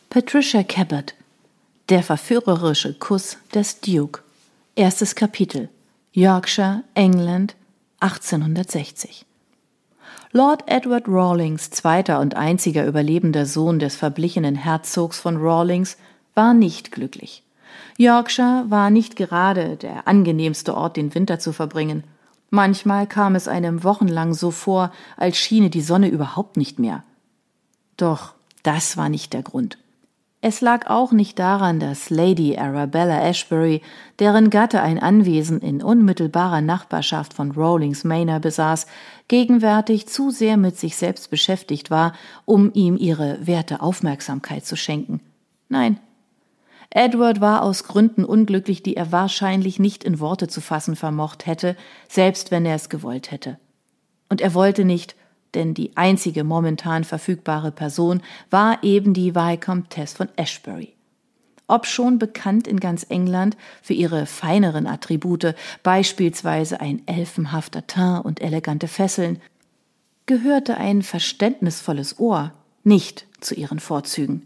Patricia Cabot. Der verführerische Kuss des Duke. Erstes Kapitel. Yorkshire, England, 1860. Lord Edward Rawlings, zweiter und einziger überlebender Sohn des verblichenen Herzogs von Rawlings, war nicht glücklich. Yorkshire war nicht gerade der angenehmste Ort, den Winter zu verbringen. Manchmal kam es einem wochenlang so vor, als schiene die Sonne überhaupt nicht mehr. Doch das war nicht der Grund. Es lag auch nicht daran, dass Lady Arabella Ashbury, deren Gatte ein Anwesen in unmittelbarer Nachbarschaft von Rawlings Manor besaß, gegenwärtig zu sehr mit sich selbst beschäftigt war, um ihm ihre werte Aufmerksamkeit zu schenken. Nein, Edward war aus Gründen unglücklich, die er wahrscheinlich nicht in Worte zu fassen vermocht hätte, selbst wenn er es gewollt hätte. Und er wollte nicht, denn die einzige momentan verfügbare Person war eben die Vicomtesse von Ashbury. Obschon bekannt in ganz England für ihre feineren Attribute, beispielsweise ein elfenhafter Teint und elegante Fesseln, gehörte ein verständnisvolles Ohr nicht zu ihren Vorzügen.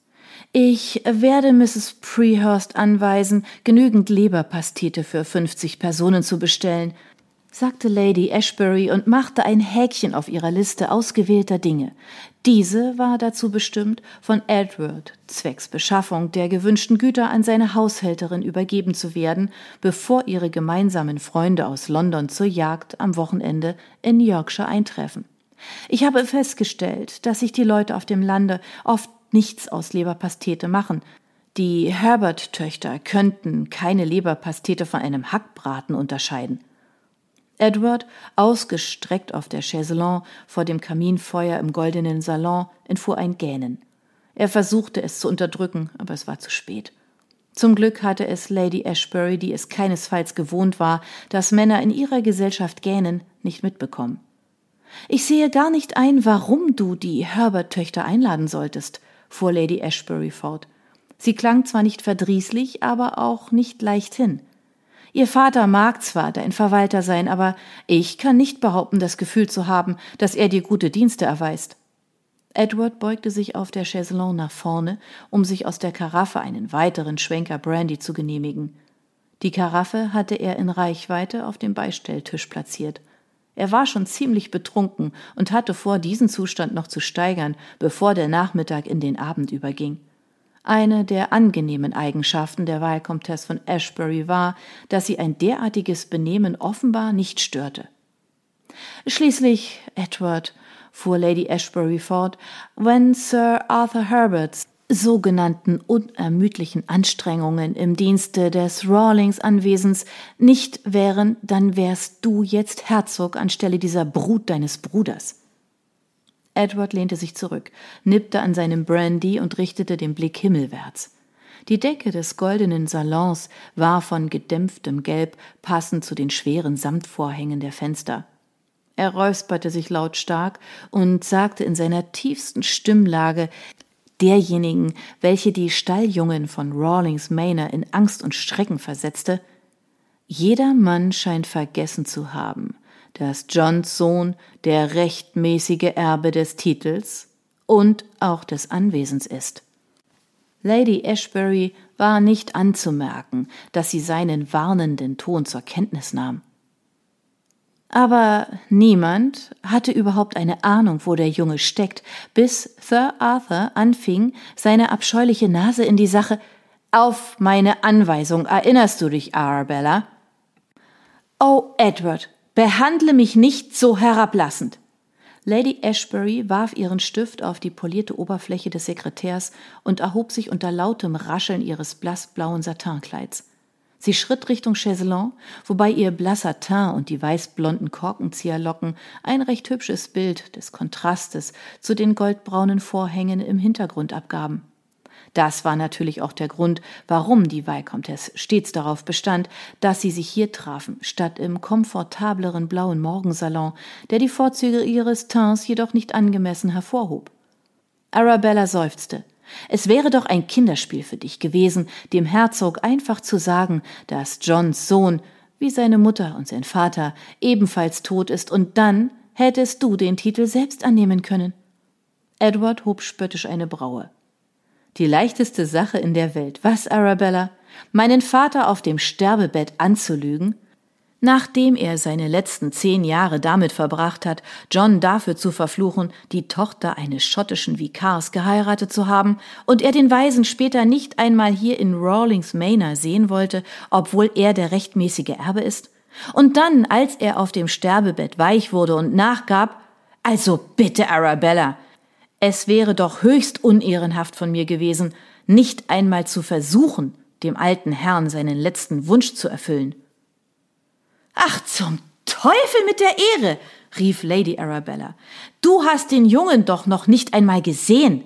»Ich werde Mrs. Preehurst anweisen, genügend Leberpastete für 50 Personen zu bestellen«, sagte Lady Ashbury und machte ein Häkchen auf ihrer Liste ausgewählter Dinge. Diese war dazu bestimmt, von Edward zwecks Beschaffung der gewünschten Güter an seine Haushälterin übergeben zu werden, bevor ihre gemeinsamen Freunde aus London zur Jagd am Wochenende in Yorkshire eintreffen. Ich habe festgestellt, dass sich die Leute auf dem Lande oft nichts aus Leberpastete machen. Die Herbert-Töchter könnten keine Leberpastete von einem Hackbraten unterscheiden. Edward, ausgestreckt auf der Chaiselongue vor dem Kaminfeuer im goldenen Salon, entfuhr ein Gähnen. Er versuchte es zu unterdrücken, aber es war zu spät. Zum Glück hatte es Lady Ashbury, die es keinesfalls gewohnt war, dass Männer in ihrer Gesellschaft gähnen, nicht mitbekommen. »Ich sehe gar nicht ein, warum du die Herbert-Töchter einladen solltest«, fuhr Lady Ashbury fort. Sie klang zwar nicht verdrießlich, aber auch nicht leichthin. Ihr Vater mag zwar dein Verwalter sein, aber ich kann nicht behaupten, das Gefühl zu haben, dass er dir gute Dienste erweist. Edward beugte sich auf der Chaiselongue nach vorne, um sich aus der Karaffe einen weiteren Schwenker Brandy zu genehmigen. Die Karaffe hatte er in Reichweite auf dem Beistelltisch platziert. Er war schon ziemlich betrunken und hatte vor, diesen Zustand noch zu steigern, bevor der Nachmittag in den Abend überging. Eine der angenehmen Eigenschaften der Vicomtesse von Ashbury war, dass sie ein derartiges Benehmen offenbar nicht störte. »Schließlich, Edward«, fuhr Lady Ashbury fort, »wenn Sir Arthur Herberts sogenannten unermüdlichen Anstrengungen im Dienste des Rawlings-Anwesens nicht wären, dann wärst du jetzt Herzog anstelle dieser Brut deines Bruders.« Edward lehnte sich zurück, nippte an seinem Brandy und richtete den Blick himmelwärts. Die Decke des goldenen Salons war von gedämpftem Gelb, passend zu den schweren Samtvorhängen der Fenster. Er räusperte sich lautstark und sagte in seiner tiefsten Stimmlage, derjenigen, welche die Stalljungen von Rawlings Manor in Angst und Schrecken versetzte: »Jeder Mann scheint vergessen zu haben, dass Johns Sohn der rechtmäßige Erbe des Titels und auch des Anwesens ist.« Lady Ashbury war nicht anzumerken, dass sie seinen warnenden Ton zur Kenntnis nahm. Aber niemand hatte überhaupt eine Ahnung, wo der Junge steckt, bis Sir Arthur anfing, seine abscheuliche Nase in die Sache: »Auf meine Anweisung erinnerst du dich, Arabella?« »Oh, Edward, behandle mich nicht so herablassend!« Lady Ashbury warf ihren Stift auf die polierte Oberfläche des Sekretärs und erhob sich unter lautem Rascheln ihres blassblauen Satinkleids. Sie schritt Richtung Chaiselongue, wobei ihr blasser Teint und die weißblonden Korkenzieherlocken ein recht hübsches Bild des Kontrastes zu den goldbraunen Vorhängen im Hintergrund abgaben. Das war natürlich auch der Grund, warum die Vicomtesse stets darauf bestand, dass sie sich hier trafen, statt im komfortableren blauen Morgensalon, der die Vorzüge ihres Teints jedoch nicht angemessen hervorhob. Arabella seufzte. Es wäre doch ein Kinderspiel für dich gewesen, dem Herzog einfach zu sagen, dass Johns Sohn, wie seine Mutter und sein Vater, ebenfalls tot ist, und dann hättest du den Titel selbst annehmen können. Edward hob spöttisch eine Braue. Die leichteste Sache in der Welt. Was, Arabella? Meinen Vater auf dem Sterbebett anzulügen? Nachdem er seine letzten 10 Jahre damit verbracht hat, John dafür zu verfluchen, die Tochter eines schottischen Vikars geheiratet zu haben, und er den Waisen später nicht einmal hier in Rawlings Manor sehen wollte, obwohl er der rechtmäßige Erbe ist? Und dann, als er auf dem Sterbebett weich wurde und nachgab, also bitte, Arabella, es wäre doch höchst unehrenhaft von mir gewesen, nicht einmal zu versuchen, dem alten Herrn seinen letzten Wunsch zu erfüllen. »Ach, zum Teufel mit der Ehre«, rief Lady Arabella. »Du hast den Jungen doch noch nicht einmal gesehen.«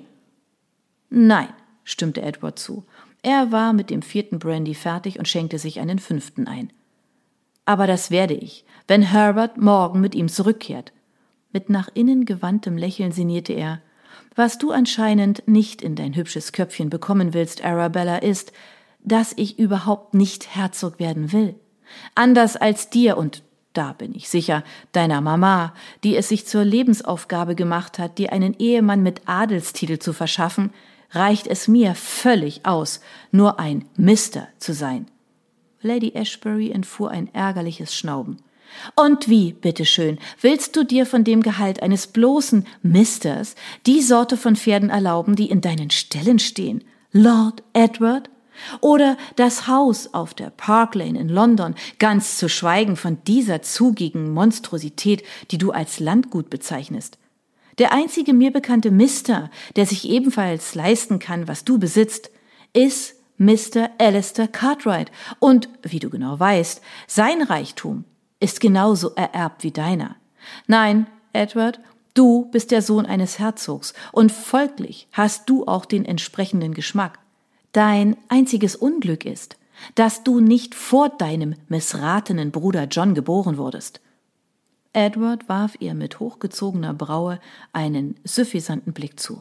»Nein«, stimmte Edward zu. Er war mit dem 4. Brandy fertig und schenkte sich einen 5. ein. »Aber das werde ich, wenn Herbert morgen mit ihm zurückkehrt.« Mit nach innen gewandtem Lächeln sinnierte er. »Was du anscheinend nicht in dein hübsches Köpfchen bekommen willst, Arabella, ist, dass ich überhaupt nicht Herzog werden will. Anders als dir und, da bin ich sicher, deiner Mama, die es sich zur Lebensaufgabe gemacht hat, dir einen Ehemann mit Adelstitel zu verschaffen, reicht es mir völlig aus, nur ein Mister zu sein.« Lady Ashbury entfuhr ein ärgerliches Schnauben. »Und wie, bitteschön, willst du dir von dem Gehalt eines bloßen Misters die Sorte von Pferden erlauben, die in deinen Ställen stehen? Lord Edward? Oder das Haus auf der Park Lane in London, ganz zu schweigen von dieser zugigen Monstrosität, die du als Landgut bezeichnest? Der einzige mir bekannte Mister, der sich ebenfalls leisten kann, was du besitzt, ist Mr. Alistair Cartwright. Und, wie du genau weißt, sein Reichtum ist genauso ererbt wie deiner. Nein, Edward, du bist der Sohn eines Herzogs und folglich hast du auch den entsprechenden Geschmack. Dein einziges Unglück ist, dass du nicht vor deinem missratenen Bruder John geboren wurdest.« Edward warf ihr mit hochgezogener Braue einen suffisanten Blick zu.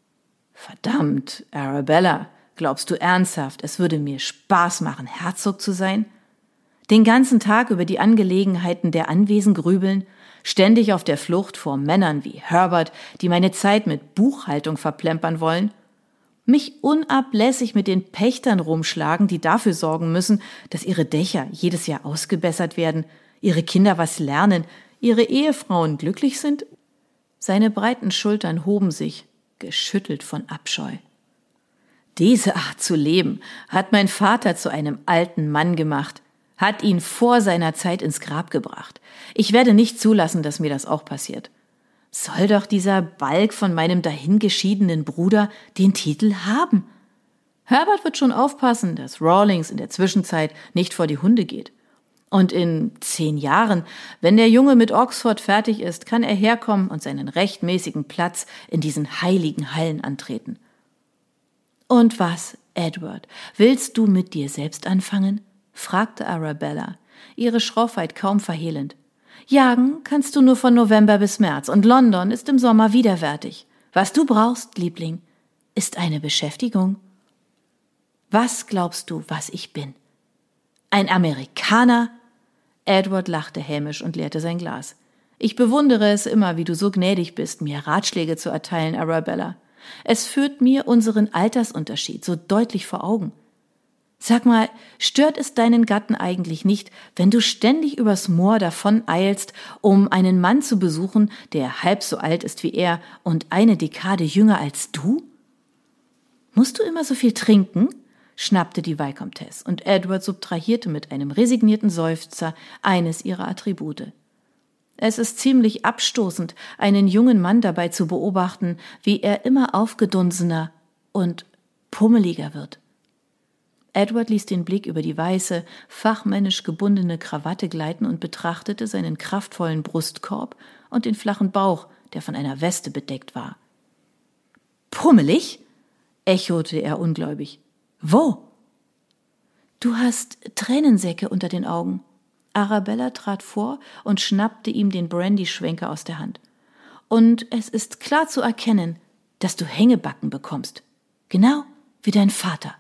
»Verdammt, Arabella, glaubst du ernsthaft, es würde mir Spaß machen, Herzog zu sein? Den ganzen Tag über die Angelegenheiten der Anwesen grübeln, ständig auf der Flucht vor Männern wie Herbert, die meine Zeit mit Buchhaltung verplempern wollen? Mich unablässig mit den Pächtern rumschlagen, die dafür sorgen müssen, dass ihre Dächer jedes Jahr ausgebessert werden, ihre Kinder was lernen, ihre Ehefrauen glücklich sind?« Seine breiten Schultern hoben sich, geschüttelt von Abscheu. »Diese Art zu leben hat mein Vater zu einem alten Mann gemacht, hat ihn vor seiner Zeit ins Grab gebracht. Ich werde nicht zulassen, dass mir das auch passiert. Soll doch dieser Balg von meinem dahingeschiedenen Bruder den Titel haben. Herbert wird schon aufpassen, dass Rawlings in der Zwischenzeit nicht vor die Hunde geht. Und in 10 Jahren, wenn der Junge mit Oxford fertig ist, kann er herkommen und seinen rechtmäßigen Platz in diesen heiligen Hallen antreten.« »Und was, Edward, willst du mit dir selbst anfangen?« fragte Arabella, ihre Schroffheit kaum verhehlend. »Jagen kannst du nur von November bis März und London ist im Sommer widerwärtig. Was du brauchst, Liebling, ist eine Beschäftigung.« »Was glaubst du, was ich bin? Ein Amerikaner?« Edward lachte hämisch und leerte sein Glas. »Ich bewundere es immer, wie du so gnädig bist, mir Ratschläge zu erteilen, Arabella. Es führt mir unseren Altersunterschied so deutlich vor Augen. Sag mal, stört es deinen Gatten eigentlich nicht, wenn du ständig übers Moor davon eilst, um einen Mann zu besuchen, der halb so alt ist wie er und eine Dekade jünger als du?« »Musst du immer so viel trinken?« schnappte die Vicomtesse, und Edward subtrahierte mit einem resignierten Seufzer eines ihrer Attribute. Es ist ziemlich abstoßend, einen jungen Mann dabei zu beobachten, wie er immer aufgedunsener und pummeliger wird. Edward ließ den Blick über die weiße, fachmännisch gebundene Krawatte gleiten und betrachtete seinen kraftvollen Brustkorb und den flachen Bauch, der von einer Weste bedeckt war. »Pummelig?« echote er ungläubig. »Wo?« »Du hast Tränensäcke unter den Augen.« Arabella trat vor und schnappte ihm den Brandyschwenker aus der Hand. »Und es ist klar zu erkennen, dass du Hängebacken bekommst. Genau wie dein Vater.«